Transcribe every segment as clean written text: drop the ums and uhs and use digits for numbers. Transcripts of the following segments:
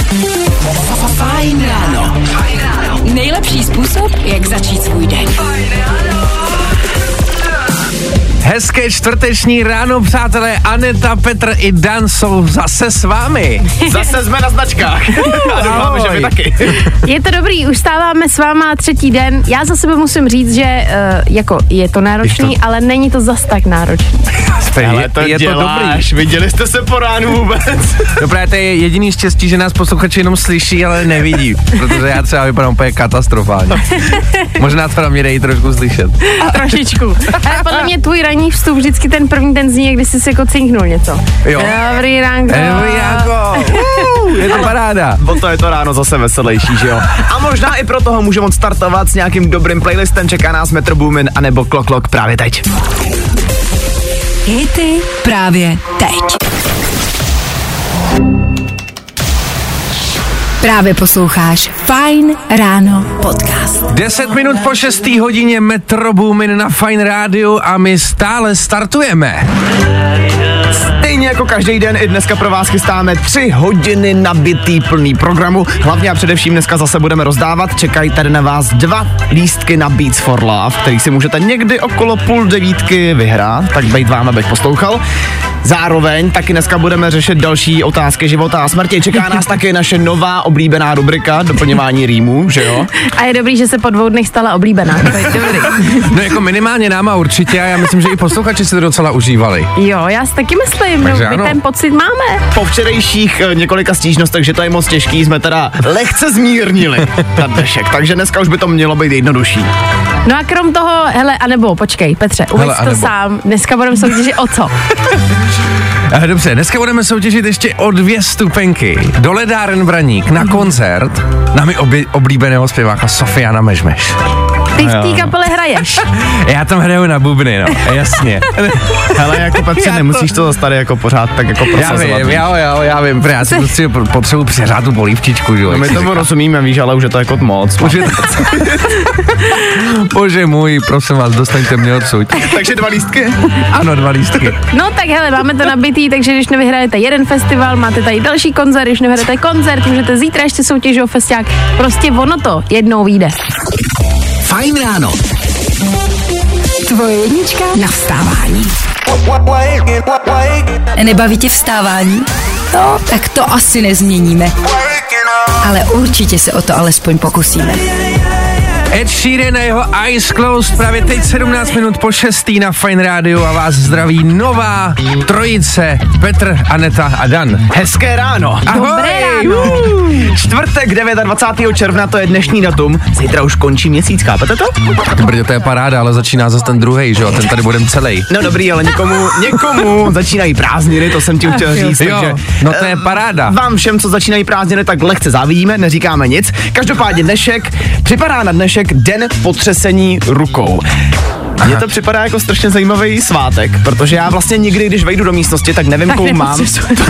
Fajn ráno. Nejlepší způsob, jak začít svůj den. Hezké čtvrteční ráno, přátelé. Aneta, Petr i Dan jsou zase s vámi. Zase jsme na značkách. A doufáme, že vy taky. Je to dobrý, už stáváme s váma třetí den. Já za sebe musím říct, že jako je to náročný, ale není to zas tak náročný. Ale to je to dobrý. Viděli jste se po ránu vůbec? Dobré, to je jediný štěstí, že nás posluchači jenom slyší, ale nevidí. Protože já třeba vypadám úplně katastrofálně. Možná třeba mě dejí trošku slyšet. Trošičku. Ale podle mě tvůj ranní vstup vždycky ten první den zní, když jsi jako cinknul něco. Jo. Dobrý ránko. Je to paráda. Bo to je to ráno zase veselější, že jo? A možná i pro toho můžeme odstartovat s nějakým dobrým playlistem. Čeká nás Metro Boomin anebo Klok právě teď. Hity právě teď. Právě posloucháš Fajn ráno podcast. 10 minut po 6. hodině Metro Boomin na Fajn rádiu a my stále startujeme. Stejně jako každý den i dneska pro vás chystáme 3 hodiny nabitý plný programu. Hlavně a především dneska zase budeme rozdávat. Čekají tady na vás 2 lístky na Beats for Love, který si můžete někdy okolo 8:30 vyhrát, tak bejt vám, abych poslouchal. Zároveň taky dneska budeme řešit další otázky života a smrti. Čeká nás taky naše nová oblíbená rubrika doplňování rýmů, že jo? A je dobrý, že se po 2 dnech stala oblíbená. To je dobrý. No jako minimálně náma určitě a já myslím, že i posluchači si to docela užívali. Jo, já si taky myslím, no, my ten pocit máme. Po včerejších několika stížnostech, že to je moc těžký, jsme teda lehce zmírnili na dnešek, takže dneska už by to mělo být jednodušší. No a krom toho, hele, anebo počkej, Petře, uveď to sám, dneska budeme soutěžit o co? Dobře, dneska budeme soutěžit ještě o 2 vstupenky do Ledáren Braník na koncert námi oblíbeného zpěváka Sofiana Mežmeš. Ty v té kapele hraješ. Já tam hraju na bubny, no, jasně. Hele, jako Petře, nemusíš to zase tady jako pořád tak jako prosazovat. Já vím, já si prostě potřebuji přeřát tu polívčičku, jo. No my tomu rozumíme, víš, ale už je to jako moc. Bože můj, prosím vás, dostaňte mě odsud. Takže 2 lístky? Ano, 2 lístky. No tak hele, máme to nabitý, takže když nevyhrajete jeden festival, máte tady další koncert, když nevyhrajete koncert, můžete zítra ještě soutěžit o festiák. Prostě ono to jednou vyjde. Fajn ráno. Tvoje jednička na vstávání. Nebaví tě vstávání? No, tak to asi nezměníme. Ale určitě se o to alespoň pokusíme. Ed Sheeran a jeho Eyes Closed právě teď 17 minut po 6. na Fajn rádiu a vás zdraví nová trojice Petr, Aneta a Dan. Hezké ráno. Ahoj. Dobré ráno. Čtvrtek 29. června, to je dnešní datum. Zítra už končí měsíc, chápete to? Brďo, to je paráda, ale začíná zase ten druhej, že jo? Ten tady budem celý. No dobrý, ale někomu začínají prázdniny, to jsem ti chtěl říct. Jo, takže, no to je paráda. Vám všem, co začínají prázdniny, tak lehce závidíme, neříkáme nic. Každopádně dnešek, připadá na dnešek den potřesení rukou. Mně to připadá jako strašně zajímavý svátek, protože já vlastně nikdy, když vejdu do místnosti, tak nevím, koho mám.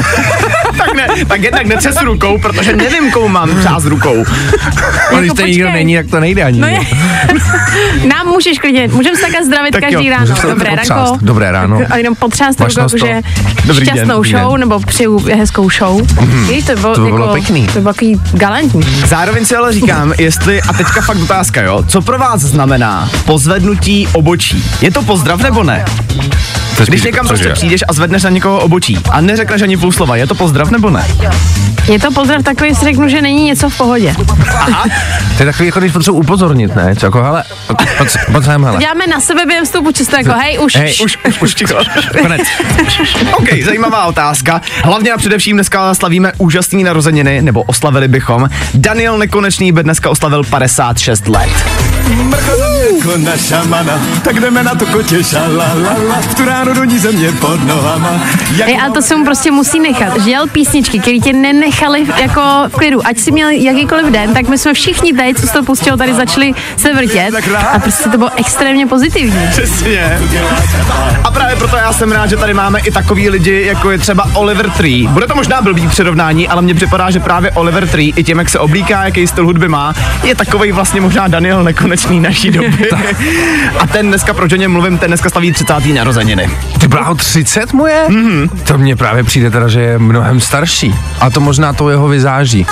tak jednak netřesu rukou, protože nevím, koho mám třást rukou. Ale když to nikdo není, tak to nejde ani. No nám můžeš klidně, můžeme se takhle zdravit tak každý ráno. Dobré ráno. Dobré ráno. A jenom potřást rukou, jakože šťastnou show, nebo přeju hezkou show. To bylo pěkný. To bylo takový galantní. Zároveň si ale říkám, jestli, a teďka fakt otázka, jo, co pro vás znamená pozvednutí obočí? Je to pozdrav nebo ne? Když někam prostě přijdeš a zvedneš na někoho obočí a neřekneš ani půl slova, je to pozdrav nebo ne? Je to pozdrav takový, si řeknu, že není něco v pohodě. Aha. To je takový, jako když potřebuji upozornit, ne? Co jako, hele, pojď sem, hele. Děláme na sebe během vstupu čisto jako, hej, už ticho. Konec. OK, zajímavá otázka. Hlavně a především dneska slavíme úžasný narozeniny, nebo oslavili bychom. Daniel Nekonečný by dneska oslavil 56 let. Jako naša mana, tak jdeme na to kotě, šalalala, v tu ráno do ní země pod nohama. Ale to se mu prostě musí nechat. Že dělal písničky, které tě nenechali jako v klidu. Ať si měl jakýkoliv den, tak my jsme všichni tady, co se to pustilo, tady začali se vrtět a prostě to bylo extrémně pozitivní. Přesně. A právě proto já jsem rád, že tady máme i takový lidi, jako je třeba Oliver Tree. Bude to možná blbý přirovnání, ale mně připadá, že právě Oliver Tree i tím, jak se oblíká, jaký styl hudby má, je takovej vlastně možná Daniel Nekonečný naší doby. A ten dneska, proč o něm mluvím, ten dneska slaví 30. narozeniny. Ty bláho, 30 mu je? To mně právě přijde teda, že je mnohem starší. A to možná to jeho vizáží.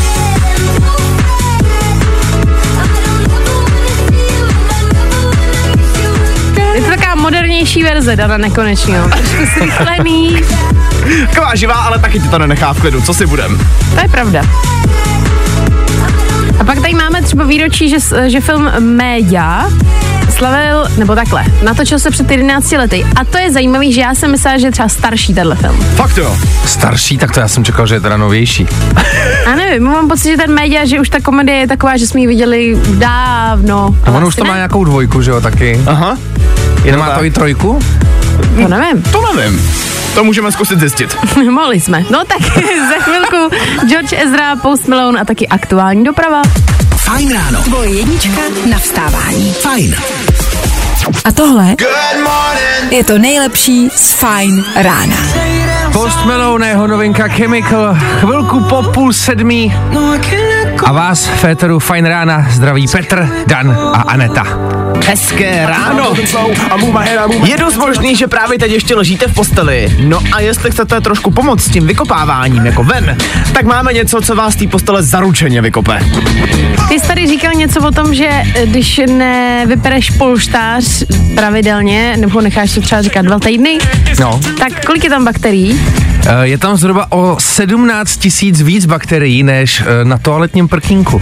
Je to taková modernější verze Dana Nekonečného. Trošku zrychlený. Taková živá, ale taky ti to nenechá v klidu, co si budem. To je pravda. A pak tady máme třeba výročí, že film Média slavil, nebo takhle, natočil se před 11 lety. A to je zajímavý, že já jsem myslela, že je třeba starší tenhle film. Fakt jo. Starší? Tak to já jsem čekal, že je teda novější. A nevím, mám pocit, že ten Média, že už ta komedie je taková, že jsme ji viděli dávno. A ono už to má nějakou dvojku, že jo, taky? Aha. Nemá to i trojku? To nevím. To nevím. To můžeme zkusit zjistit. Mohli jsme. No tak za chvilku George Ezra, Post Malone a taky aktuální doprava. Fajn ráno. Tvoje jednička na vstávání. Fajn. A tohle je to nejlepší z Fajn rána. Post Malone, jeho novinka Chemical, chvilku po 6:30. A vás v éteru Fajn rána zdraví Petr, Dan a Aneta. Hezké ráno. Je dost možný, že právě teď ještě ležíte v posteli. No a jestli chcete trošku pomoct s tím vykopáváním jako ven, tak máme něco, co vás z té postele zaručeně vykope. Ty jsi tady říkal něco o tom, že když nevypereš polštář pravidelně, nebo necháš to třeba říkat 2 týdny, No. tak kolik je tam bakterií? Je tam zhruba o 17 000 víc bakterií než na toaletním prkínku.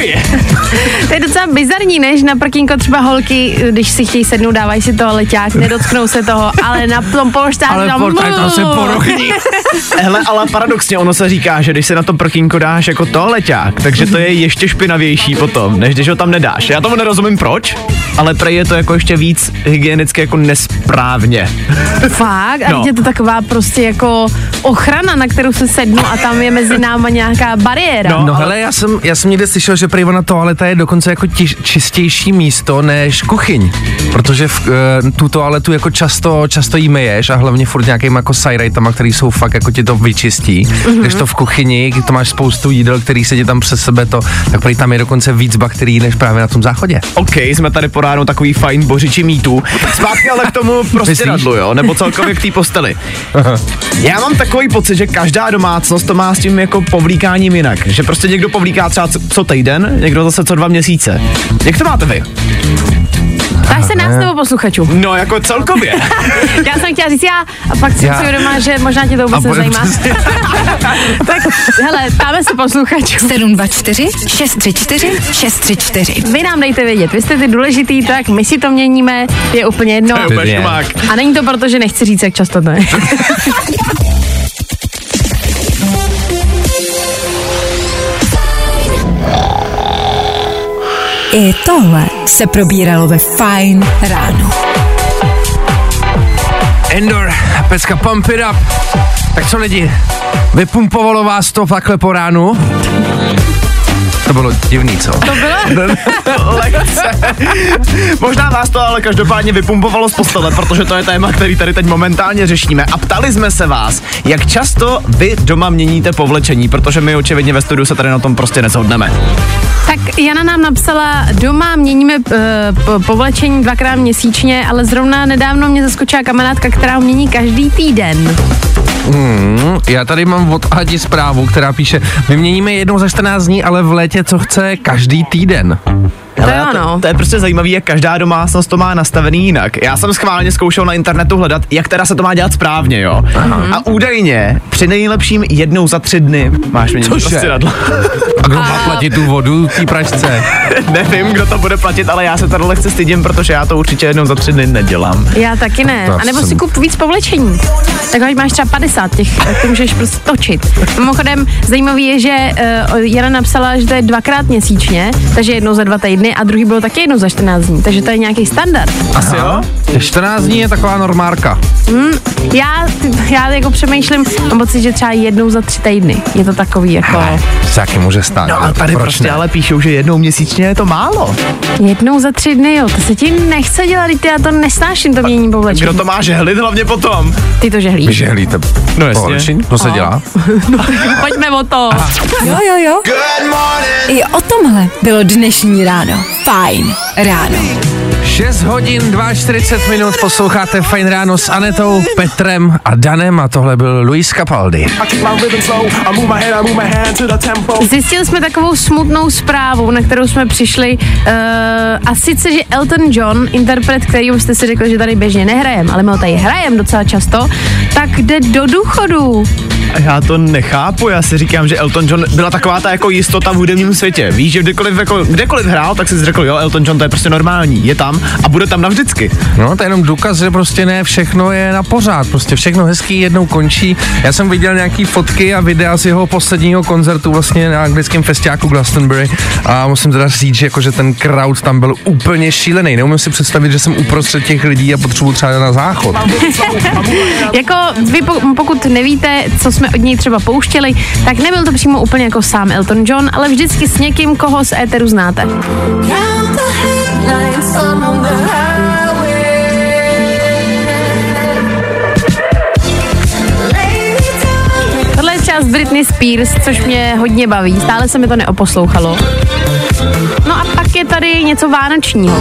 To je docela bizarní, než na prkínko třeba holky, když si chtějí sednout, dávají si toaleťák, nedotknou se toho, ale na tom polštáři Ale to se porochní. Hele, ale paradoxně ono se říká, že když se na to prkínko dáš jako toaleťák, takže to je ještě špinavější potom, než když ho tam nedáš. Já tomu nerozumím proč, ale prej je to jako ještě víc hygienicky jako nesprávně. Fakt? A No. je to taková prostě jako ochrana, na kterou se sednu a tam je mezi náma nějaká bariéra. No hele, já jsem někde slyšel, že prý ona toaleta je dokonce jako čistější místo než kuchyň, protože tu toaletu jako často jí myješ a hlavně furt nějakýma jako sajrajtama, který jsou fakt jako ti to vyčistí, když to v kuchyni, to máš spoustu jídel, který se ti tam přes sebe tak prý tam je dokonce víc bakterií než právě na tom záchodě. OK, jsme tady po ránu takový fajn bořiči mýtů. Zpátky ale k tomu prostě radlu, jo, nebo celkově k té posteli. Já mám takový pocit, že každá domácnost to má s tím jako povlíkáním jinak. Že prostě někdo povlíká třeba co týden, někdo zase co 2 měsíce. Jak to máte vy? Ptáš se nás nebo posluchačů? No jako celkově. Já jsem chtěla říct já a pak jsem si uvědomila, že možná tě to vůbec nezajímá. Tak hele, ptáme se posluchačů. 724 634 634. Vy nám dejte vědět, vy jste ty důležitý, tak my si to měníme, je úplně jedno. A není to proto, že nechci říct, jak často to je. I tohle se probíralo ve Fajn ráno. Endor, pecka Pump It Up. Tak co lidi, vypumpovalo vás to takhle po ránu? To bylo divný, co? To bylo? Lehce. Možná vás to ale každopádně vypumpovalo z postele, protože to je téma, který tady teď momentálně řešíme. A ptali jsme se vás, jak často vy doma měníte povlečení, protože my očividně ve studiu se tady na tom prostě neshodneme. Tak Jana nám napsala, doma měníme povlečení 2krát měsíčně, ale zrovna nedávno mě zaskočila kamarádka, která ho mění každý týden. Já tady mám od Adi zprávu, která píše, my měníme jednou za 14 dní, ale v létě co chce každý týden. To je prostě zajímavý, jak každá domácnost to má nastavený jinak. Já jsem schválně zkoušel na internetu hledat, jak teda se to má dělat správně, jo. A údajně při nejlepším jednou za 3 dny máš měnit prostě radlo. A kdo má platit tu vodu té pračce? Nevím, kdo to bude platit, ale já se tady lehce stydím, protože já to určitě jednou za 3 dny nedělám. Já taky ne. A nebo si kup víc povlečení. Tak ať máš třeba 50 těch, tak to můžeš prostě točit. Mimochodem, zajímavý je, že Jana napsala, že to je 2krát měsíčně, takže jednou za 2 týdny a druhý bylo taky jednou za 14 dní, takže to je nějaký standard. Asi jo? 14 dní je taková normárka. Já jako přemýšlím, mám pocit, že třeba jednou za 3 týdny. Je to takový jako... Se taky může stát. No a tady prostě ne? Ale píšou, že jednou měsíčně je to málo. Jednou za 3 dny, jo, to se ti nechce dělat, já to nesnáším, to mění povlečení. Kdo to má žehlit hlavně potom? Ty to žehlíš. Vy žehlíte povlečení? To se dělá? No, pojďme o to. Jo. I o tomhle bylo dnešní ráno. Fajn ráno. 6 hodin 42 minut, posloucháte Fajn ráno s Anetou, Petrem a Danem a tohle byl Luis Capaldi. Zjistili jsme takovou smutnou zprávu, na kterou jsme přišli, a sice, že Elton John, interpret, který už jste si řekli, že tady běžně nehrajem, ale my ho tady hrajem docela často, tak jde do důchodu. A já to nechápu, já si říkám, že Elton John byla taková ta jako jistota v hudebním světě. Víš, že kdekoliv hrál, tak si řekl, jo, Elton John to je prostě normální, je tam a bude tam navždycky. No, to je jenom důkaz, že prostě ne všechno je na pořád, prostě všechno hezký jednou končí. Já jsem viděl nějaký fotky a videa z jeho posledního koncertu vlastně na anglickém festiáku Glastonbury a musím teda říct, že jakože ten crowd tam byl úplně šílený. Neumím si představit, že jsem uprostřed těch lidí a potřebuji třeba na záchod. Jako vy pokud nevíte, co jsme od něj třeba pouštěli, tak nebyl to přímo úplně jako sám Elton John, ale vždycky s někým, koho z éteru znáte. Tohle je třeba z Britney Spears, což mě hodně baví, stále se mi to neoposlouchalo. No a pak je tady něco vánočního.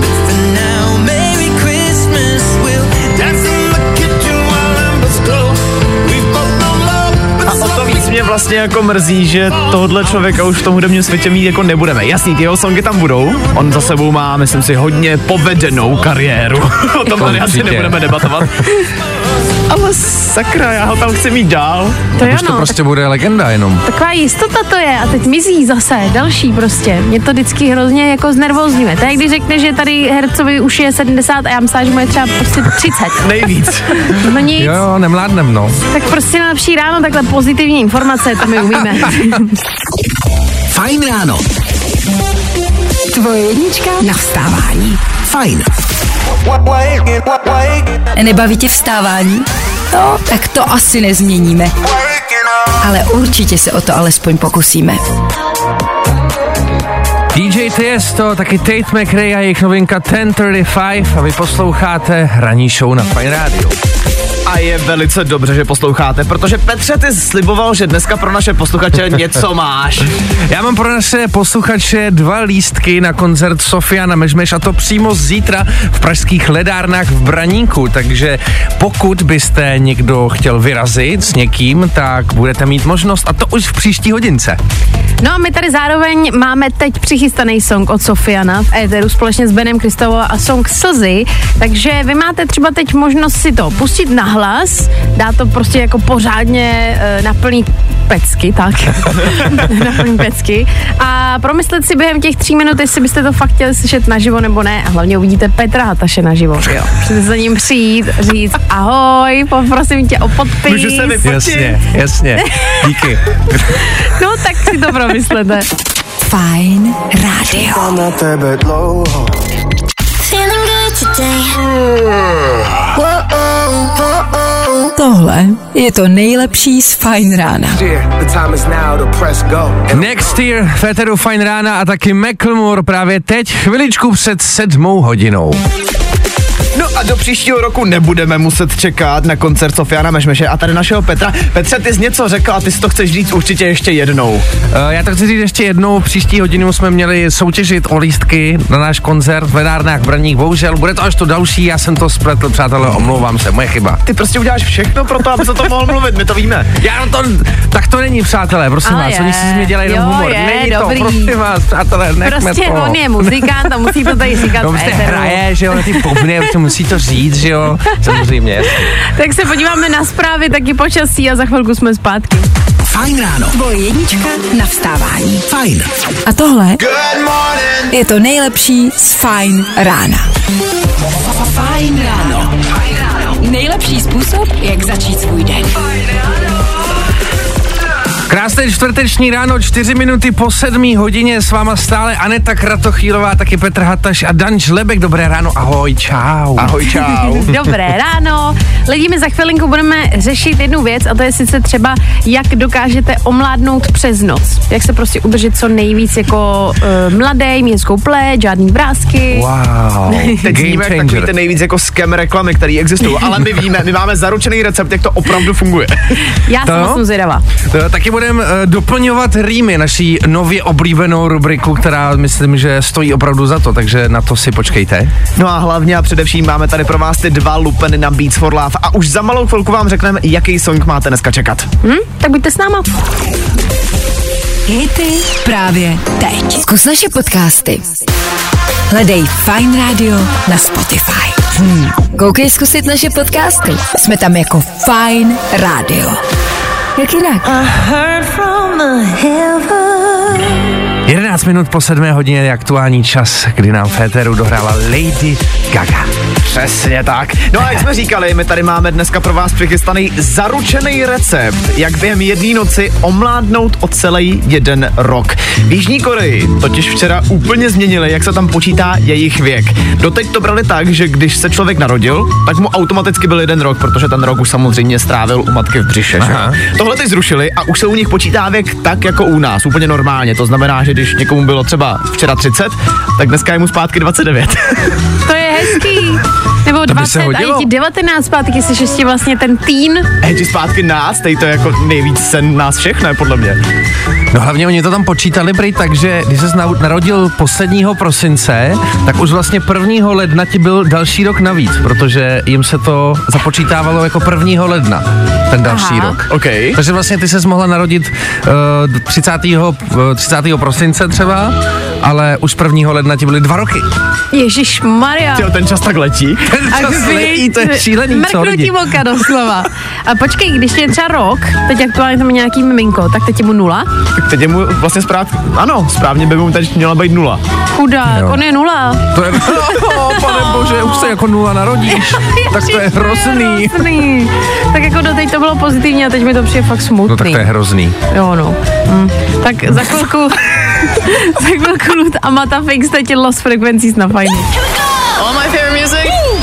Mě vlastně jako mrzí, že tohle člověka už v tom hudebním světě mít jako nebudeme. Jasný, ty jeho songy tam budou, on za sebou má, myslím si, hodně povedenou kariéru. O tom tady asi nebudeme debatovat. Ale sakra, já ho tam chci mít dál. To jo, už to no, prostě bude legenda jenom. Taková jistota to je a teď mizí zase další prostě. Mě to vždycky hrozně jako znervózňuje. To je, když řekne, že tady hercovi už je 70 a já myslím, že mu je třeba prostě 30. Nejvíc. No nic. Jo, nemládnem, no. Tak prostě na lepší ráno takhle pozitivní informace, to my umíme. Fajn ráno. Tvoje jednička na vstávání. Fajn. Nebaví tě vstávání? No, tak to asi nezměníme. Ale určitě se o to alespoň pokusíme. DJ Tiesto, taky Tate McRae a jejich novinka 10:35 a vy posloucháte ranní show na Fajn rádiu. A je velice dobře, že posloucháte, protože Petře, ty sliboval, že dneska pro naše posluchače něco máš. Já mám pro naše posluchače 2 lístky na koncert Sofiana Mežmeš a to přímo zítra v pražských ledárnách v Braníku, takže pokud byste někdo chtěl vyrazit s někým, tak budete mít možnost a to už v příští hodince. No a my tady zároveň máme teď přichystaný song od Sofiana v éteru společně s Benem Kristovou a song Slzy, takže vy máte třeba teď možnost si to pustit na hlas, dá to prostě jako pořádně na plný pecky, tak, na plný pecky a promyslet si během těch 3 minut, jestli byste to fakt chtěli slyšet naživo nebo ne a hlavně uvidíte Petra Hataše naživo, jo. Můžete za ním přijít, říct ahoj, poprosím tě o podpis. Můžu se vyfotit? Jasně, díky. No tak si to promyslete. Fajn rádio. Tohle je to nejlepší z Fajn rána. Next Year, Féteru Fajn rána a taky Macklemore právě teď, chviličku před 7 hodinou. No a do příštího roku nebudeme muset čekat na koncert Sofiana Mežmeše a tady našeho Petra. Petře, ty jsi něco řekl a ty si to chceš říct určitě ještě jednou. Já to chci říct ještě jednou, příští hodinu jsme měli soutěžit o lístky na náš koncert v ledárnách Braník. Bohužel bude to až to další, já jsem to spletl, přátelé, omlouvám se, moje chyba. Ty prostě uděláš všechno pro to, aby se to mohl mluvit, my to víme. Tak to není, přátelé, prosím vás, oni si z mě dělají jenom humor. Není dobrý. to, prosím vás, přátelé, nechme prostě to. On je muzikant a musí to tady říkat. No, prostě hraje, že jo, na ty bubny, musí to říct, že jo, samozřejmě, jasně. Tak se podíváme na zprávy, taky počasí a za chvilku jsme zpátky. Fajn ráno. Tvoje jednička na vstávání. Fajn. A tohle je to nejlepší z Fajn rána. Fajn ráno. Nejlepší způsob, jak začít svůj den. Krásné čtvrteční ráno, 4 minuty po 7 hodině, s váma stále Aneta Kratochvílová, taky Petr Hataš a Dan Žlebek. Dobré ráno, ahoj, čau. Ahoj, čau. Dobré ráno. Lidi, my za chvilinku budeme řešit jednu věc a to je sice třeba, jak dokážete omládnout přes noc. Jak se prostě udržet co nejvíc jako mladý, mít hezkou pleť, žádný vrásky. Wow, Teď víme, jak takový ten nejvíc jako scam reklamy, který existují, ale my víme, my máme zaručený recept, jak to opravdu funguje. Já jsem zvědavá. Taky budeme doplňovat rýmy, naší nově oblíbenou rubriku, která myslím, že stojí opravdu za to, takže na to si počkejte. No a hlavně a především máme tady pro vás ty 2 lupeny na Beats for Love a už za malou chvilku vám řekneme, jaký song máte dneska čekat. Tak buďte s náma. Hity právě teď. Zkus naše podcasty. Hledej Fajn Radio na Spotify. Koukej zkusit naše podcasty. Jsme tam jako Fajn Radio. Jak jinak? 11 minut po 7 hodině je aktuální čas, kdy nám v éteru dohrála Lady Gaga. Přesně tak. No a jak jsme říkali, my tady máme dneska pro vás přichystaný zaručený recept, jak během jedné noci omládnout o celý 1 rok. V Jižní Koreji totiž včera úplně změnili, jak se tam počítá jejich věk. Doteď to brali tak, že když se člověk narodil, tak mu automaticky byl 1 rok, protože ten rok už samozřejmě strávil u matky v břiše. Tohle teď zrušili a už se u nich počítá věk tak jako u nás, úplně normálně. To znamená, že když někomu bylo třeba včera 30, tak dneska je mu zpátky 29. To je hezký. Nebo 20 a ti 19 zpátky jsi ještě vlastně ten teen. Ti zpátky nás, teď to je jako nejvíc sen nás všech, ne, podle mě. No hlavně oni to tam počítali prý, takže když ses narodil 1. prosince, tak už vlastně 1. ledna ti byl další rok navíc, protože jim se to započítávalo jako 1. ledna, ten další rok. Okay. Takže vlastně ty ses mohla narodit 30. prosince třeba, ale už 1. ledna ti byly 2 roky. Ježišmarja. Ten čas tak letí. Ten čas letí, to je šílený, co lidi? Mrknutí oka doslova. A počkej, když je třeba rok, teď aktuálně tam je nějaký miminko, tak teď je mu 0? Tak teď je mu vlastně správně by mu teď měla být 0. Chudák, on je 0. To je, pane bože, už se jako 0 narodíš, tak to je hrozný. Tak jako doteď to bylo pozitivní a teď mi to přijde fakt smutný. No tak to je hrozný. Jo no. Tak za chvilku Lud a Mata Fix, teď je Lost Frequencies na Fajnu. All my favorite music?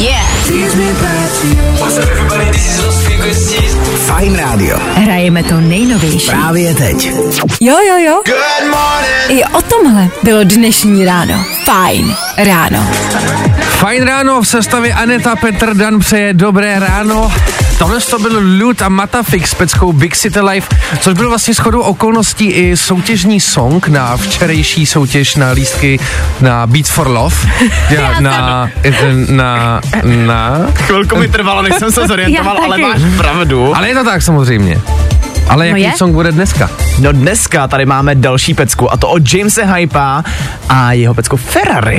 Fajn rádio. Hrajeme to nejnovější. Právě teď. Jo. I o tomhle bylo dnešní ráno. Fajn ráno. Fajn ráno v sestavě Aneta, Petr, Dan přeje dobré ráno. Tohle to byl Lud a Matafix s peckou Big City Life, což byl vlastně shodou okolností i soutěžní song na včerejší soutěž na lístky na Beats for Love. Na Chvilku mi trvalo, než jsem se zorientoval, ale máš pravdu. Ale je to tak samozřejmě. Ale jaký song bude dneska? No dneska tady máme další pecku a to od Jamese Hypa a jeho pecku Ferrari.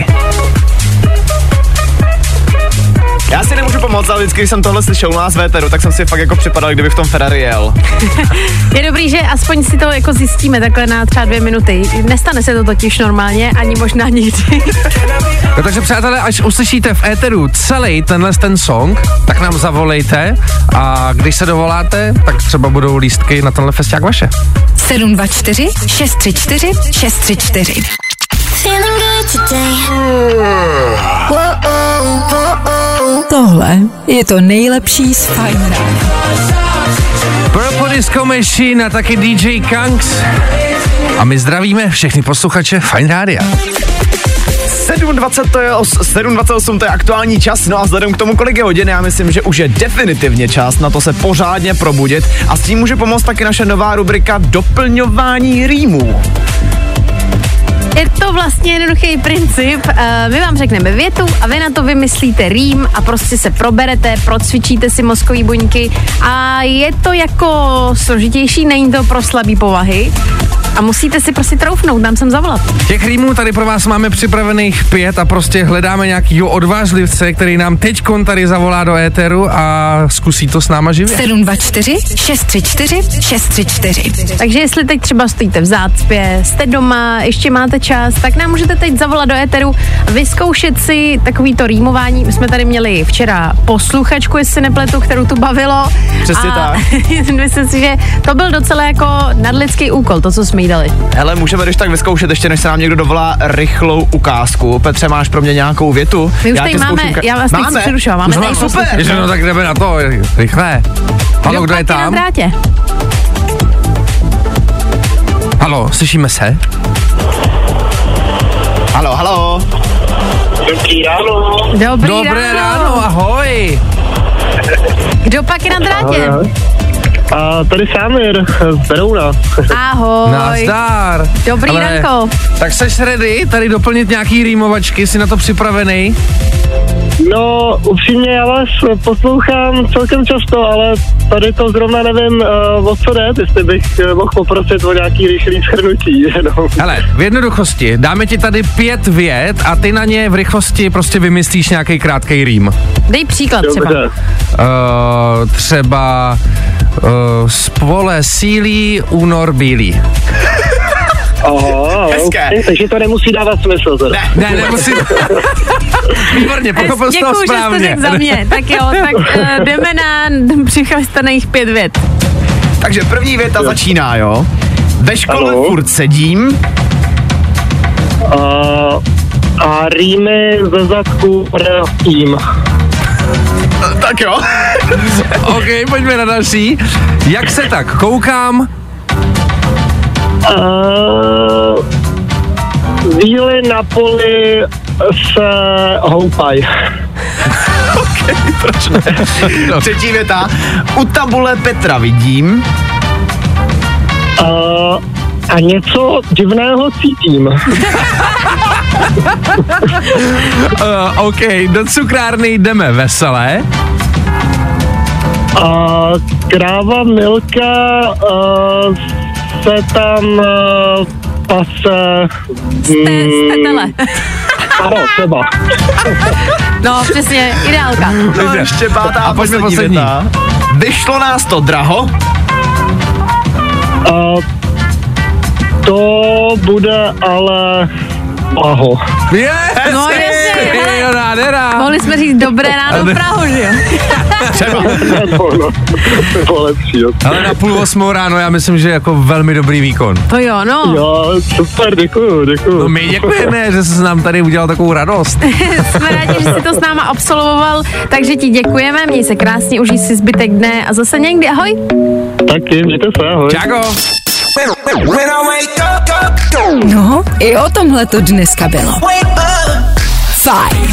Já si nemůžu pomoct, ale vždycky, když jsem tohle slyšel u nás v éteru, tak jsem si fakt jako připadal, kdybych v tom Ferrari jel. Je dobrý, že aspoň si to jako zjistíme takhle na třeba 2 minuty. Nestane se to totiž normálně, ani možná nikdy. No takže přátelé, až uslyšíte v éteru celý ten song, tak nám zavolejte a když se dovoláte, tak třeba budou lístky na tenhle festiák vaše. 724 634 634. Tohle je to nejlepší z Fajn rána. Purple Disco Machine a taky DJ Kanks. A my zdravíme všechny posluchače Fajn rádia. 7:28 to je aktuální čas, no a vzhledem k tomu, kolik je hodin, já myslím, že už je definitivně čas na to se pořádně probudit a s tím může pomoct taky naše nová rubrika doplňování rýmů. Je to vlastně jednoduchý princip. My vám řekneme větu a vy na to vymyslíte rým a prostě se proberete, procvičíte si mozkový buňky a je to jako složitější, není to pro slabý povahy. A musíte si prostě troufnout, nám sem zavolat. Těch rýmů tady pro vás máme připravených 5 a prostě hledáme nějakýho odvážlivce, který nám teďkon tady zavolá do éteru a zkusí to s náma živě. 724 634 634. Takže jestli teď třeba stojíte v zácpě, jste doma, ještě máte čas, tak nám můžete teď zavolat do éteru a vyzkoušet si takovýto rýmování. My jsme tady měli včera posluchačku, jestli se nepletu, kterou tu bavilo. Přesně tak. Myslím si, že to byl docela jako nadlidský úkol, to, co jsme jí dali. Hele, můžeme když tak vyzkoušet, ještě než se nám někdo dovolá, rychlou ukázku. Petře, máš pro mě nějakou větu? My už tady máme, já vás nechci přerušovat, máme tady super. No tak jdeme na to, rychle. Halo, kdo je tam? Na drátě. Halo, slyšíme se? Halo. Dobrý ráno. Dobré ráno, ahoj. Kdo pak je na drátě? A tady Sámir z Berouna. Ahoj. Nazdar. Dobrý ranko. Tak seš ready tady doplnit nějaký rýmovačky, jsi na to připravený? No, upřímně já vás poslouchám celkem často, ale tady to zrovna nevím, o co jde, jestli bych mohl poprosit o nějaký rychlý shrnutí. No. Hele, v jednoduchosti, dáme ti tady 5 vět a ty na ně v rychlosti prostě vymyslíš nějaký krátký rým. Dej příklad třeba. Třeba spole sílí, únor bílý. Aha, okay. Takže to nemusí dávat smysl. Teda. Ne, nemusí. Výborně, pochopil jsi to správně. Děkuju, že jste řekl za mě. Tak jo, tak jdeme na přichystaných 5 vět. Takže první věta začíná, jo. Ve škole furt sedím. A rýmy ze zadku tím. Tak jo. OK, pojďme na další. Jak se tak koukám? Víly na poli se houpají. OK, proč ne? No. Třetí věta. U tabule Petra vidím. A něco divného cítím. OK, do cukrárny jdeme veselé. Kráva Milka se tam pase... Stetele. Ano, třeba. No, přesně, ideálka. Dobře, ještě pátá a poslední věta. Vyšlo nás to draho. To bude ale blaho. Yes! No jasně, mohli jsme říct dobré ráno Prahu, že jo? Třeba. Ale na 7:30 ráno, já myslím, že jako velmi dobrý výkon. To jo, no. Jo, super, děkuju. No my děkujeme, že jsi nám tady udělal takovou radost. Jsme rádi, že jsi to s náma absolvoval, takže ti děkujeme, měj se krásně, užij si zbytek dne a zase někdy, ahoj. Taky, mějte se, ahoj. Čago. No, i o tomhle to dneska bylo. Fajn.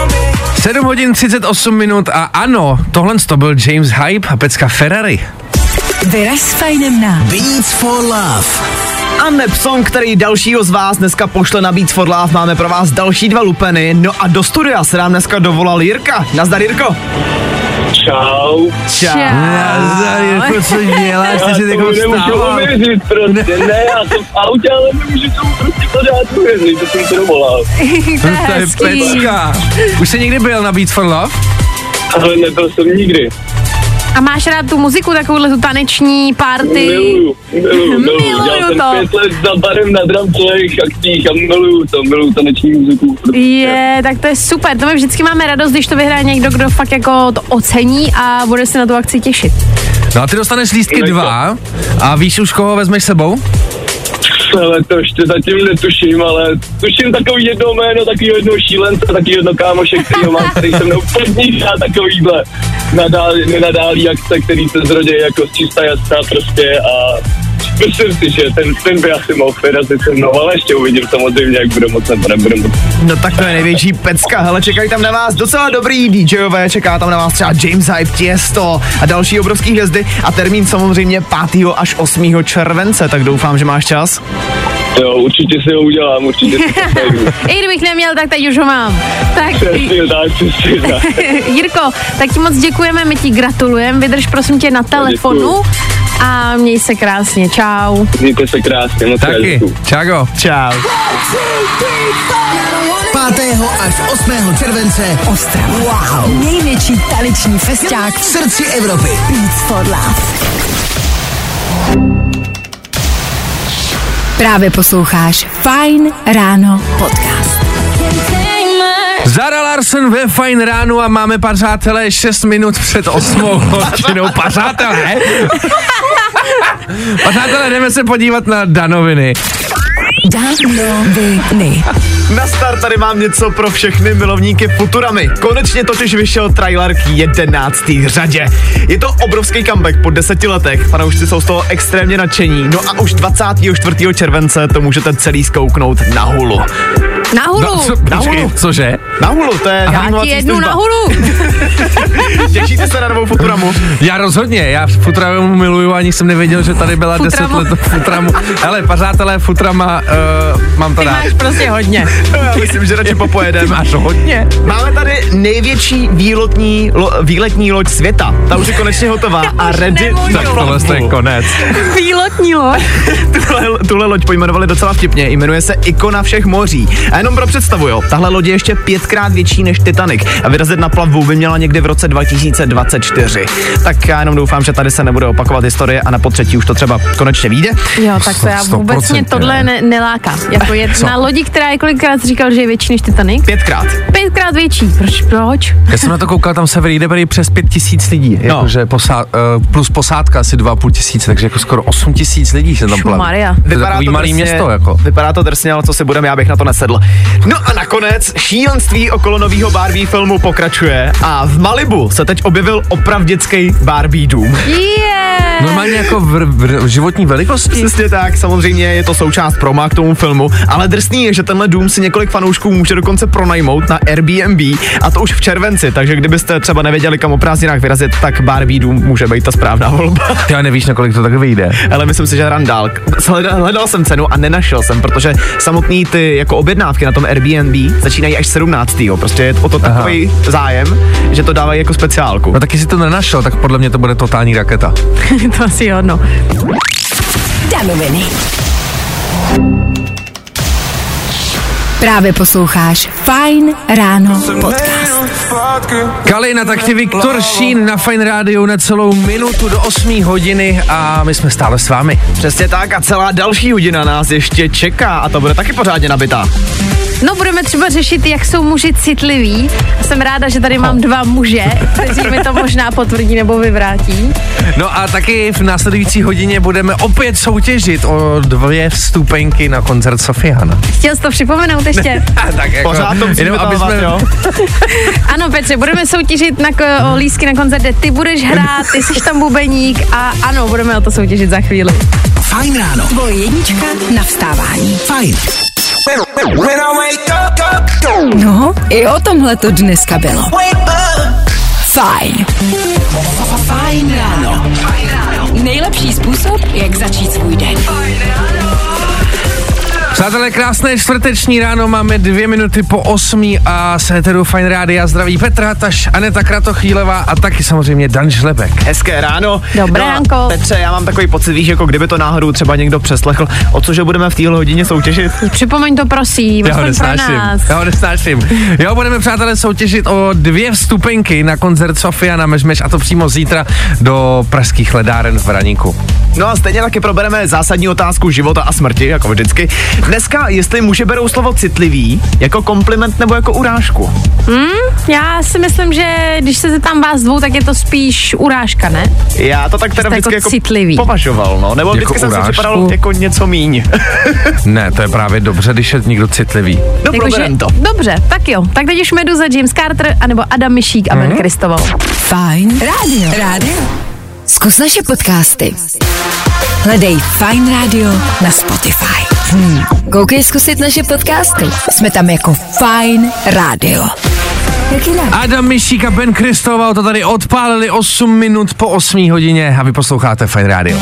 7:38 a ano, tohle to byl James Hype a pecka Ferrari. Vyraž s Fajnem na Beats for Love. A neb song, který dalšího z vás dneska pošle na Beats for Love, máme pro vás další 2 lupeny. No a do studia se nám dneska dovolal Jirka. Nazdar, Jirko. Čau. Nazdar, Jirko, co děláš? Ty jsi jako vstával. uvěřit prostě, ne, já jsem v autě, ale nemůžu tomu prostě pořád uvěřit, že jsem to dovolal. To je pecka. Už jsi někdy byl na Beats for Love? Ale nebyl jsem nikdy. A máš rád tu muziku, takovouhle tu taneční party? Miluju. Já jsem to. 5 let za barem na dramplech akcích a miluju taneční muziku. Tak to je super, to my vždycky máme radost, když to vyhraje někdo, kdo fakt jako to ocení a bude se na tu akci těšit. No a ty dostaneš lístky 2 a víš už, koho vezmeš sebou? Ale to ještě zatím netuším, ale tuším takový jedno jméno, takový jedno šílence, takový jedno kámoše, který mám, který se mnou podniká takovýhle nenadálý akce, který se zrodí jako čistá jasná prostě a myslím si, že ten by asi mohl vyrazit se mnou, ale ještě uvidím samozřejmě, jak bude moc nebo nebude moc. No tak to je největší pecka, hele, čekají tam na vás docela dobrý DJové, čeká tam na vás třeba James Hype, Tiesto a další obrovský hvězdy a termín samozřejmě 5. až 8. července, tak doufám, že máš čas. Jo, určitě si ho udělám, určitě si to najdu. I kdybych neměl, tak teď už ho mám. Tak, Přesně tak. Jirko, tak ti moc děkujeme, my ti gratulujeme, vydrž prosím tě na telefonu a měj se krásně, čau. Mějte se krásně, moc Taky, čago. Čau. 5. až 8. července Ostrava. Wow. Největší taneční festiák v srdci Evropy. Beats for Love. Právě posloucháš Fajn ráno podcast. Zara Larsson ve Fajn ránu a máme, přátelé, 6 minut před 8 hodinou. Přátelé? Přátelé, jdeme se podívat na danoviny. Danoviny. Na start tady mám něco pro všechny milovníky Futuramy. Konečně totiž vyšel trailer k 11. řadě. Je to obrovský comeback po 10 letech, fanoušci jsou z toho extrémně nadšení, no a už 24. července to můžete celý zkouknout na Hulu. Na hulu. Na hulu. Cože? Na hulu, to je Já ti streamovací jednu služba. na hulu. Těšíte se na novou Futuramu? Já rozhodně, já Futuramu miluju, ani jsem nevěděl, že tady byla 10 Futramu. let Futramu. Hele, pařátelé, Futrama, mám to Ty rád. máš prostě hodně. Já myslím, že radši popojedeme. Máš hodně? Máme tady největší výletní loď světa. Ta už je konečně hotová a už ready nemůžu. na Tak tohle je plavbu. konec. Výletní loď. Tuhle loď pojmenovali docela vtipně, jmenuje se Ikona všech moří. A jenom pro představu, jo, tahle loď je ještě 5krát větší než Titanic a vyrazit na plavbu by měla někdy v roce 2024. Tak já jenom doufám, že tady se nebude opakovat historie a na potřetí už to třeba konečně vyjde. Jo, tak to já vůbec mě 100%, tohle neláká. Jako je Co? na lodi, která je kolikrát říkal, že je větší než Titanic. 5krát. 5krát větší. Proč? Já jsem na to koukal, tam se jde přes 5000 lidí, No. jakože plus posádka asi 2500, takže jako skoro 8000 lidí se tam plaví. Šumaria. To je takový malý město, jako. Vypadá to drsně, ale co si budeme, já bych na to nesedl. No a nakonec šílenství okolo nového Barbie filmu pokračuje a v Malibu se teď objevil opravdický Barbie dům. Yeah. Normálně jako v životní velikosti. Přesně tak, samozřejmě je to součást proma k tomu filmu, ale drsný je, že tenhle dům si několik fanoušků může dokonce pronajmout na Airbnb a to už v červenci, takže kdybyste třeba nevěděli, kam o prázdninách vyrazit, tak Barbie dům může být ta správná volba. Ty nevíš, na kolik to tak vyjde. Ale myslím si, že randál. Hledal jsem cenu a nenašel jsem, protože samotný ty jako objednávky na tom Airbnb začínají až 17. Prostě je o to takový zájem, že to dávají jako speciálku. No taky si to nenašel, tak podle mě to bude totální raketa. To asi hodno. Danoviny. Právě posloucháš Fajn ráno podcast. Kalina, tak ty Viktor Šín na Fajn rádiu na celou minutu do 8 hodiny a my jsme stále s vámi. Přesně tak a celá další hodina nás ještě čeká a to bude taky pořádně nabitá. No, budeme třeba řešit, jak jsou muži citliví. Jsem ráda, že tady mám dva muže, kteří mi to možná potvrdí nebo vyvrátí. No a taky v následující hodině budeme opět soutěžit o 2 vstupenky na koncert Sofiana. Chtěl jsi to připomenout ještě? Tak jako, Pořád to musíme vytávat, jo? Ano, Petře, budeme soutěžit o lístky na koncert, kde ty budeš hrát, ty jsi tam bubeník a ano, budeme o to soutěžit za chvíli. Fajn ráno. Tvoje jednička na vstávání. Fajn. No, i o tomhle to dneska bylo. Fajn. Fajn ráno. Nejlepší způsob, jak začít svůj den. Přátelé, krásné čtvrteční ráno, máme 2 minuty po 8 a z éteru Fajn rádia zdraví Petra Hataš, Aneta Kratochvílová a taky samozřejmě Dan Žlebek. Hezké ráno. Dobré no, ránko. Petře, já mám takový pocit, víš, jako kdyby to náhodou třeba někdo přeslechl, o cože budeme v téhle hodině soutěžit. Připomeň to, prosím, Já ho aspoň pro nás. nesnáším. Jo, budeme, přátelé, soutěžit o 2 vstupenky na koncert Sofiana Mežmeš a to přímo zítra do pražských ledáren v Braníku. No a stejně taky probereme zásadní otázku života a smrti, jako vždycky. Dneska, jestli muži berou slovo citlivý jako kompliment nebo jako urážku. Já si myslím, že když se tam vás dvou, tak je to spíš urážka, ne? Já to tak teda Jste vždycky jako jako citlivý. považoval, no. Nebo vždycky Jako jsem si urážku? připadal jako něco míň. Ne, to je právě dobře, když je někdo citlivý. No proberem to. Dobře, tak jo. Tak teď už Meduza, James Carter, anebo Adam Mišík a Ben Kristoval. Fajn rádio. Zkus naše podcasty. Hledej Fajn rádio na Spotify. Koukej zkusit naše podcasty. Jsme tam jako Fajn rádio. Jak jinak? Adam Mišík a Ben Kristoval to tady odpálili 8 minut po 8 hodině a vy posloucháte Fajn rádio.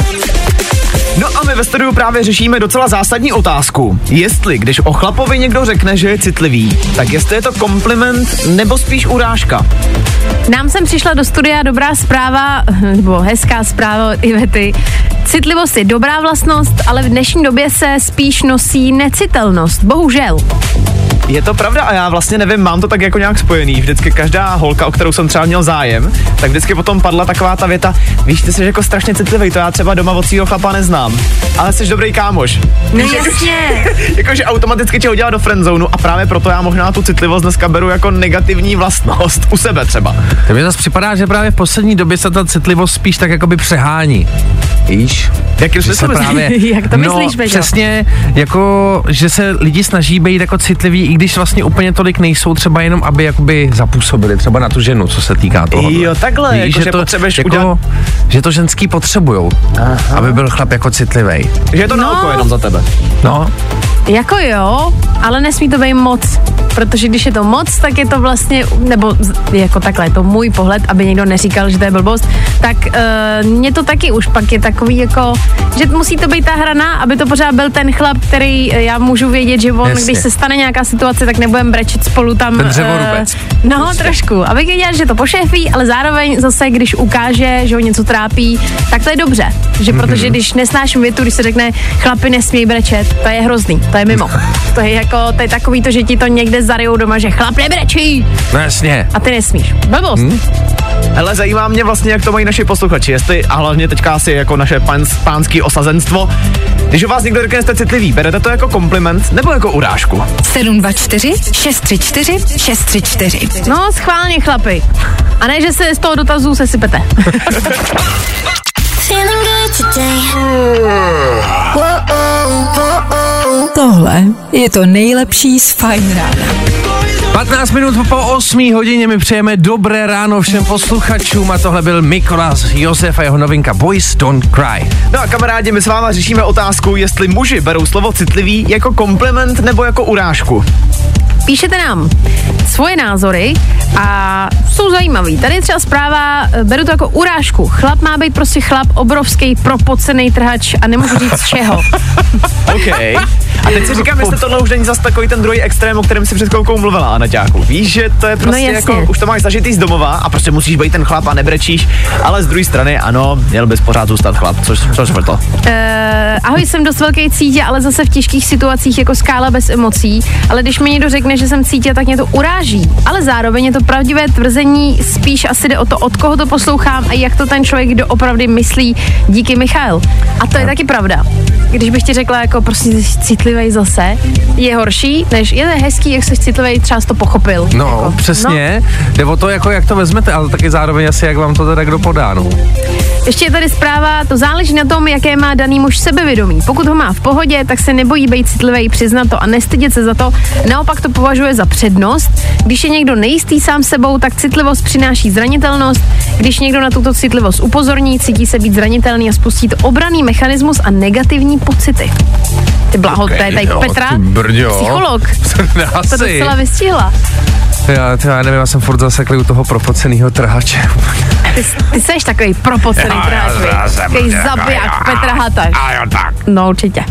No a my ve studiu právě řešíme docela zásadní otázku. Jestli, když o chlapovi někdo řekne, že je citlivý, tak jestli je to kompliment nebo spíš urážka. Nám sem přišla do studia dobrá zpráva, nebo hezká zpráva Ivety. Citlivost je dobrá vlastnost, ale v dnešní době se spíš nosí necitelnost. Bohužel. Je to pravda a já vlastně nevím, mám to tak jako nějak spojený. Vždycky každá holka, o kterou jsem třeba měl zájem, tak vždycky potom padla taková ta věta, víš, ty jsi jako strašně citlivý, to já třeba doma od svýho chlapa neznám, ale jsi dobrý kámoš. No jasně. Jakože automaticky tě hodila do friendzonu a právě proto já možná tu citlivost dneska beru jako negativní vlastnost u sebe třeba. To mi zase připadá, že právě v poslední době se ta citlivost spíš tak jakoby přehání. Víš? Jakým Že se smyslem? právě, Jak to myslíš, Peťo? přesně, jako, že se lidi snaží být jako citliví, i když vlastně úplně tolik nejsou, třeba jenom, aby jakoby zapůsobili třeba na tu ženu, co se týká toho. Jo, takhle, jako, že potřebuješ udělat... že to ženský potřebujou, aby byl chlap jako citlivej. Že je to na oko jenom za tebe. No, Jako jo, ale nesmí to být moc, protože když je to moc, tak je to vlastně, nebo jako takhle, je to můj pohled, aby někdo neříkal, že to je blbost, tak mě to taky už pak je takový jako, že musí to být ta hrana, aby to pořád byl ten chlap, který já můžu vědět, že on, Jasně. když se stane nějaká situace, tak nebudem brečet spolu tam. Ten dřevorubec. No, trošku, abych věděl, že to pošéfí, ale zároveň zase, když ukáže, že ho něco trápí, tak to je dobře, že protože když nesnáším větu, když se řekne chlapi nesmějí brečet, to je hrozný, to je mimo. To je jako, to je takový to, že ti to někde zarijou doma, že chlap nebrečí. No jasně. A ty nesmíš. Blbost. Hele, zajímá mě vlastně, jak to mají naši posluchači, jestli, a hlavně teďka asi jako naše pánský osazenstvo, když o vás někdo řekne, jste citlivý, berete to jako kompliment nebo jako urážku? 724 634 634. No, schválně chlapi. A ne, že se z toho dotazu sesypete. Tohle je to nejlepší z Fajn rána. 15 minut po 8 hodině mi přejeme dobré ráno všem posluchačům a tohle byl Mikolas Josef a jeho novinka Boys Don't Cry. No a kamarádi, my s váma řešíme otázku, jestli muži berou slovo citlivý jako kompliment nebo jako urážku. Píšete nám svoje názory a jsou zajímavý. Tady je třeba zpráva, beru to jako urážku. Chlap má být prostě chlap, obrovský, propocený trhač a nemůžu říct z čeho. OK. A teď si říkám, jestli tohle už není zas takový ten druhý extrém, o kterém si před chvilkou mluvila, Anaťáku. Víš, že to je prostě jako, už to máš zažitý z domova a prostě musíš být ten chlap a nebrečíš, ale z druhé strany, ano, měl bys pořád zůstat chlap, což to. Ahoj, jsem dost velký cítě, ale zase v těžkých situacích jako skála bez emocí, ale když mi někdo řekne, že jsem cítě, tak mě to uráží, ale zároveň je to pravdivé tvrzení, spíš asi jde o to, od koho to poslouchám a jak to ten člověk doopravdy myslí. Díky, Michal. A to je taky pravda. Když bych ti řekla, jako prostě jsi citlivý zase, je horší, než je to hezký, jak jsi citlivý, třeba jsi to pochopil. No, jako, přesně. Jde o to, jako jak to vezmete, ale taky zároveň asi, jak vám to teda kdo podá, no. Ještě je tady zpráva, to záleží na tom, jaké má daný muž sebevědomí. Pokud ho má v pohodě, tak se nebojí být citlivý, přiznat to a nestydět se za to. Naopak to považuje za přednost. Když je někdo nejistý sám sebou, tak citlivost přináší zranitelnost. Když někdo na tuto citlivost upozorní, cítí se být zranitelný a spustí to obranný mechanismus a negativní pocity. Ty blaho, to je tady Petra, psycholog. To docela vystihla. Já nevím, já jsem furt zaseklý u toho propocenýho trhače. Ty seš takový propocený trhač, takový zabiják Petra Hataš. No určitě.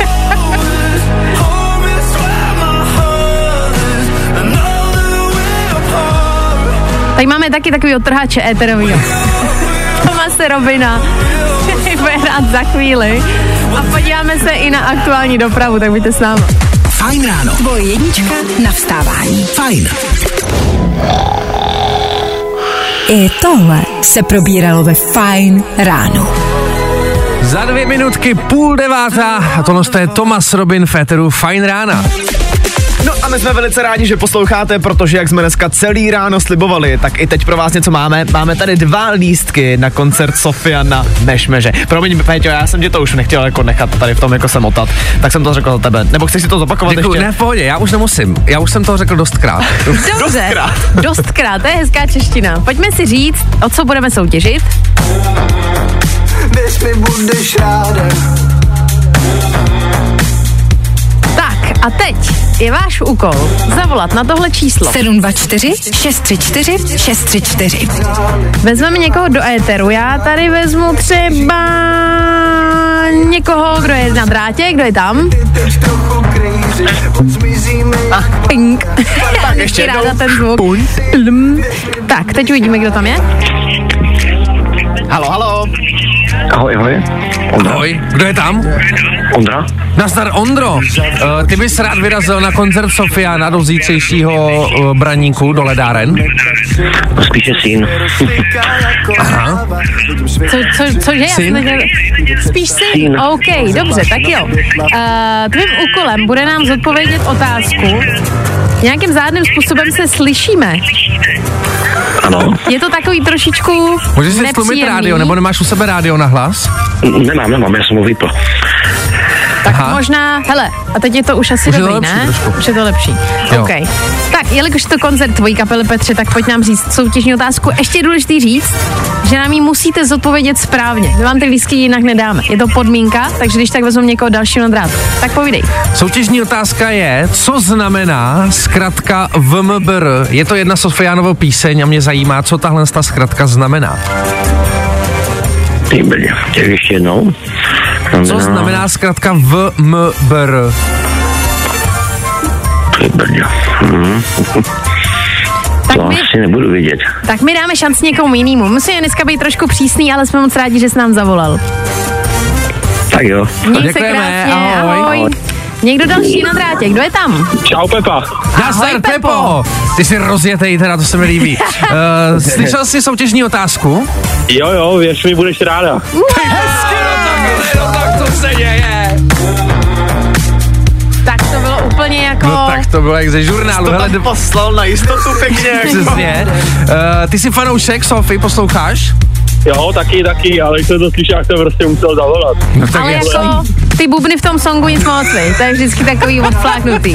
Tady máme taky takovýho trhače éterovýho. Tomase Robina. Bude hrát za chvíli. A podíváme se i na aktuální dopravu, tak buďte s námi. Fajn ráno. Tvoje jednička na vstávání. Fajn. I tohle se probíralo ve Fajn ráno. Za 2 minutky 8:30 a tohle je Thomas Robin v éteru Fajn rána. No a my jsme velice rádi, že posloucháte, protože jak jsme dneska celý ráno slibovali, tak i teď pro vás něco máme. Máme tady 2 lístky na koncert Sofia na Mešmeže. Promiň, Péťo, já jsem tě to už nechtěl jako nechat tady v tom jako se motat, tak jsem to řekl za tebe. Nebo chceš si to zopakovat ještě? Ne, v pohodě, já už nemusím. Já už jsem to řekl dostkrát. Dobře, dostkrát, to je hezká čeština. Pojďme si říct, o co budeme soutěžit. Když mi budeš ráda. Tak a teď je váš úkol zavolat na tohle číslo 724 634 634. Vezmeme někoho do éteru. Já tady vezmu třeba někoho, kdo je na drátě, kdo je tam. Ping. Já ještě ráda ten zvuk. Tak, teď uvidíme, kdo tam je. Halo. Ahoj. Ahoj, kdo je tam? Ondra? Nazdar, Ondro. Ty bys rád vyrazil na koncert Sofiana do zítřejšího Braníku, do Ledáren? Spíše syn. Aha. Cože? Syn? Spíš syn. OK, dobře, tak jo. Tvým úkolem bude nám zodpovědět otázku. Nějakým záhadným způsobem se slyšíme. Ano. Je to takový trošičku Můžeš si stlumit rádio, nebo nemáš u sebe rádio na hlas? Nemám, já jsem ho vypl. Tak možná, hele, a teď je to už asi dobrý, ne? Už je to lepší. OK. Tak, jelikož je to koncert tvojí kapely, Petře, tak pojď nám říct soutěžní otázku. Ještě je důležitý říct, že nám ji musíte zodpovědět správně. My vám ty lístky jinak nedáme. Je to podmínka, takže když tak vezmu někoho dalšího na drát. Tak povídej. Soutěžní otázka je, co znamená zkratka VMBR. Je to jedna Sofiánova píseň a mě zajímá, co tahle zkratka znamená. Ještě jednou. Co znamená zkratka VMBR? To asi nebudu vidět. Tak my dáme šanci někomu jinému. Musíme dneska být trošku přísný, ale jsme moc rádi, že jsi nám zavolal. Tak jo. Měj se krásně, ahoj. Někdo další na drátě, kdo je tam? Čau, Pepa. Nazdar, Pepo. Ty jsi rozjetej, teda to se mi líbí. Slyšel jsi soutěžní otázku? Jo, věř mi, budeš ráda. Tak to se děje. Tak to bylo úplně jako... No tak to bylo jak ze žurnálu. To tam poslal na jistotu pěkně. Přesně. Ty jsi fanoušek Sofie, posloucháš? Jo, taky, ale když jsem to slyšel, jak jsem prostě musel zavolat. No tak ale jasný. jako ty bubny v tom songu nic moc, to je vždycky takový odfláknutý.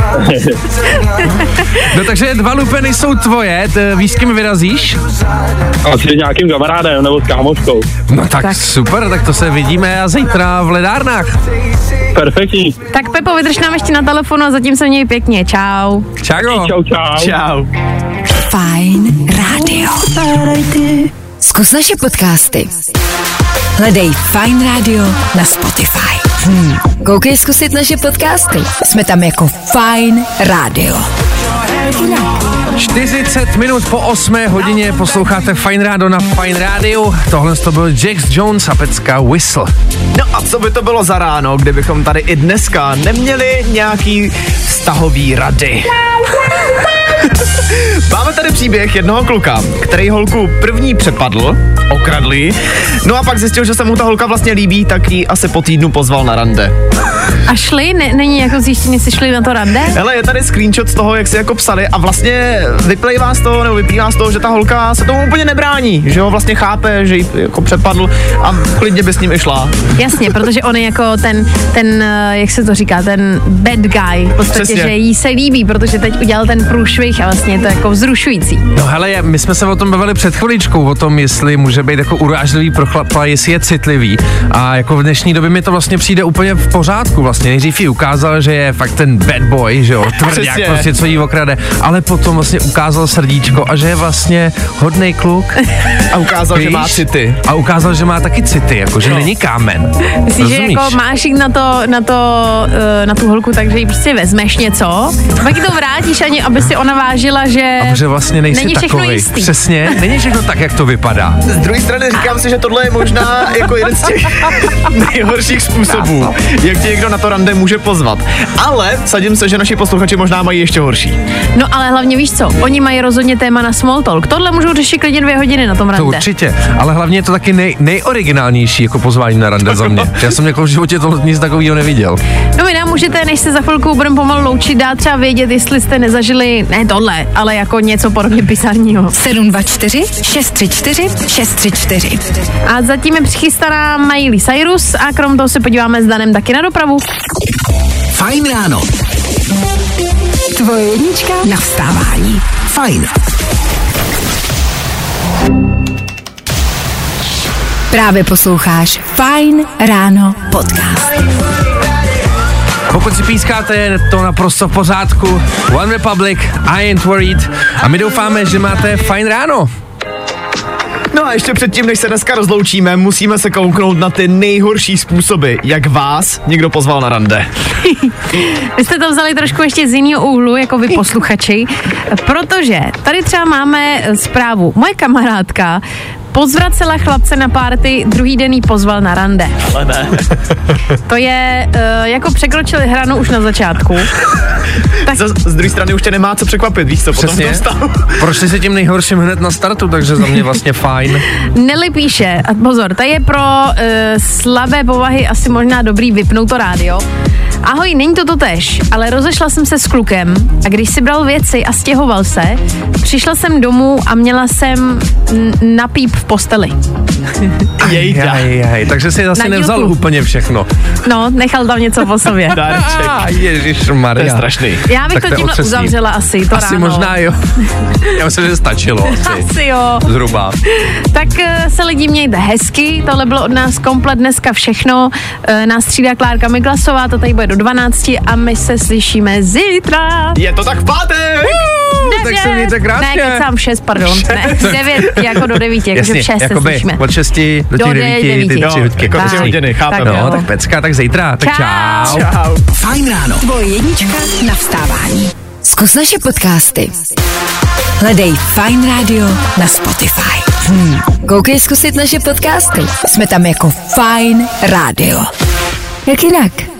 No takže 2 lupeny jsou tvoje, víš, s kým vyrazíš? Asi s nějakým kamarádem nebo s kámoškou. No tak super, tak to se vidíme a zítra v ledárnách. Perfektní. Tak Pepo, vydrž nám ještě na telefonu a zatím se měj pěkně, čau. Čau. Čau. Fajn rádio. Zkus naše podcasty. Hledej Fajn rádio na Spotify. Koukej zkusit naše podcasty. Jsme tam jako Fajn rádio. 40 minut po 8 hodině posloucháte Fajn rádio na Fajn rádiu. Tohle to byl Jax Jones a pecka Whistle. No a co by to bylo za ráno, kdybychom tady i dneska neměli nějaký vztahový rady? Máme tady příběh jednoho kluka, který holku první přepadl, okradl ji, no a pak zjistil, že se mu ta holka vlastně líbí, tak ji asi po týdnu pozval na rande. A šli? Není jako zjištění, si šli na to rande? Hele, je tady screenshot z toho, jak si jako psali a vlastně vyplývá z toho, že ta holka se tomu úplně nebrání, že ho vlastně chápe, že ji jako přepadl a klidně by s ním i šla. Jasně, protože on je jako ten jak se to říká, ten bad guy, v podstatě, Přesně. že jí se líbí, protože teď udělal ten průšvih a vlastně je to jako vzrušující. No hele, my jsme se o tom bavili před chviličkou, o tom, jestli může být jako urážlivý pro chlapa, jestli je citlivý. A jako v dnešní době mi to vlastně přijde úplně v pořádku vlastně. Nejdřív jí ukázal, že je fakt ten bad boy, že jo, tvrdák prostě, co jí okrade, ale potom vlastně ukázal srdíčko a že je vlastně hodnej kluk. A ukázal, že má city. A ukázal, že má taky city, jako že není kámen. Myslíš, že jako máš jít na tu holku, takže jí prostě vezmeš něco, pak jí to vrátíš ani, aby si ona vážila, že vlastně nejsi není všechno takovej. jistý. Přesně, není všechno tak, jak to vypadá. Z druhé strany říkám si, že tohle je možná jako jeden z těch nejhorších způsobů, jak tě někdo na to rande může pozvat. Ale sadím se, že naši posluchači možná mají ještě horší. No ale hlavně víš co, oni mají rozhodně téma na small talk. Tohle můžou řešit klidně 2 hodiny na tom rande. To určitě, ale hlavně je to taky nejoriginálnější jako pozvání na rande za mě. Já jsem jako v životě to nic takového neviděl. No vy nám můžete, než se za chvilku budeme pomalu loučit, dát třeba vědět, jestli jste nezažili, ne tohle, ale jako něco podobně bizarního. 724 634 634. A zatím je přichystaná Miley Cyrus a krom toho se podíváme s Danem taky na dopravu. Fajn ráno. Tvoje jednička na vstávání. Fajn. Právě posloucháš Fajn ráno podcast. Pokud si pískáte, je to naprosto v pořádku. One Republic, I Ain't Worried. A my doufáme, že máte fajn ráno. No a ještě předtím, než se dneska rozloučíme, musíme se kouknout na ty nejhorší způsoby, jak vás někdo pozval na rande. Vy jste to vzali trošku ještě z jiného úhlu, jako vy posluchači, protože tady třeba máme zprávu. Moje kamarádka pozvracela chlapce na party, druhý den jí pozval na rande. Ale ne. To je, jako překročili hranu už na začátku. Tak Z druhé strany už tě nemá co překvapit, víš co, potom v tom stavu. Prošli se tím nejhorším hned na startu, takže za mě vlastně fajn. Nelly píše, a pozor, to je pro slabé povahy asi možná dobrý vypnout to rádio. Ahoj, není to totéž, ale rozešla jsem se s klukem a když si bral věci a stěhoval se, přišla jsem domů a měla jsem napíp v posteli. Jej, takže si zase nevzal úplně všechno. No, nechal tam něco po sobě. Dáreček. Ježišmarja. To je strašný. Já bych to tímhle uzavřela asi, to asi ráno. Možná jo. Já myslím, že stačilo. Asi jo. Zhruba. Tak se lidi mějte hezky, tohle bylo od nás komplet dneska všechno. Nás střídá Klárka Miglasová, to tady bude do 12 a my se slyšíme zítra. Je to tak v pátek! Tak se mějte krásně. Ne, kecám 6, pardon. Ne, 9, jako do 9, jakože v 6 se slyšíme. Od 6 do těch 9, ty 3 hodky. Jako 3 hodiny, chápeme. No, tak pecka, tak zítra, tak čau. Čau. Fajn ráno. Tvoje jednička na vstávání. Zkus naše podcasty. Hledej Fajn Radio na Spotify. Koukej zkusit naše podcasty. Jsme tam jako Fajn Radio. Jak jinak?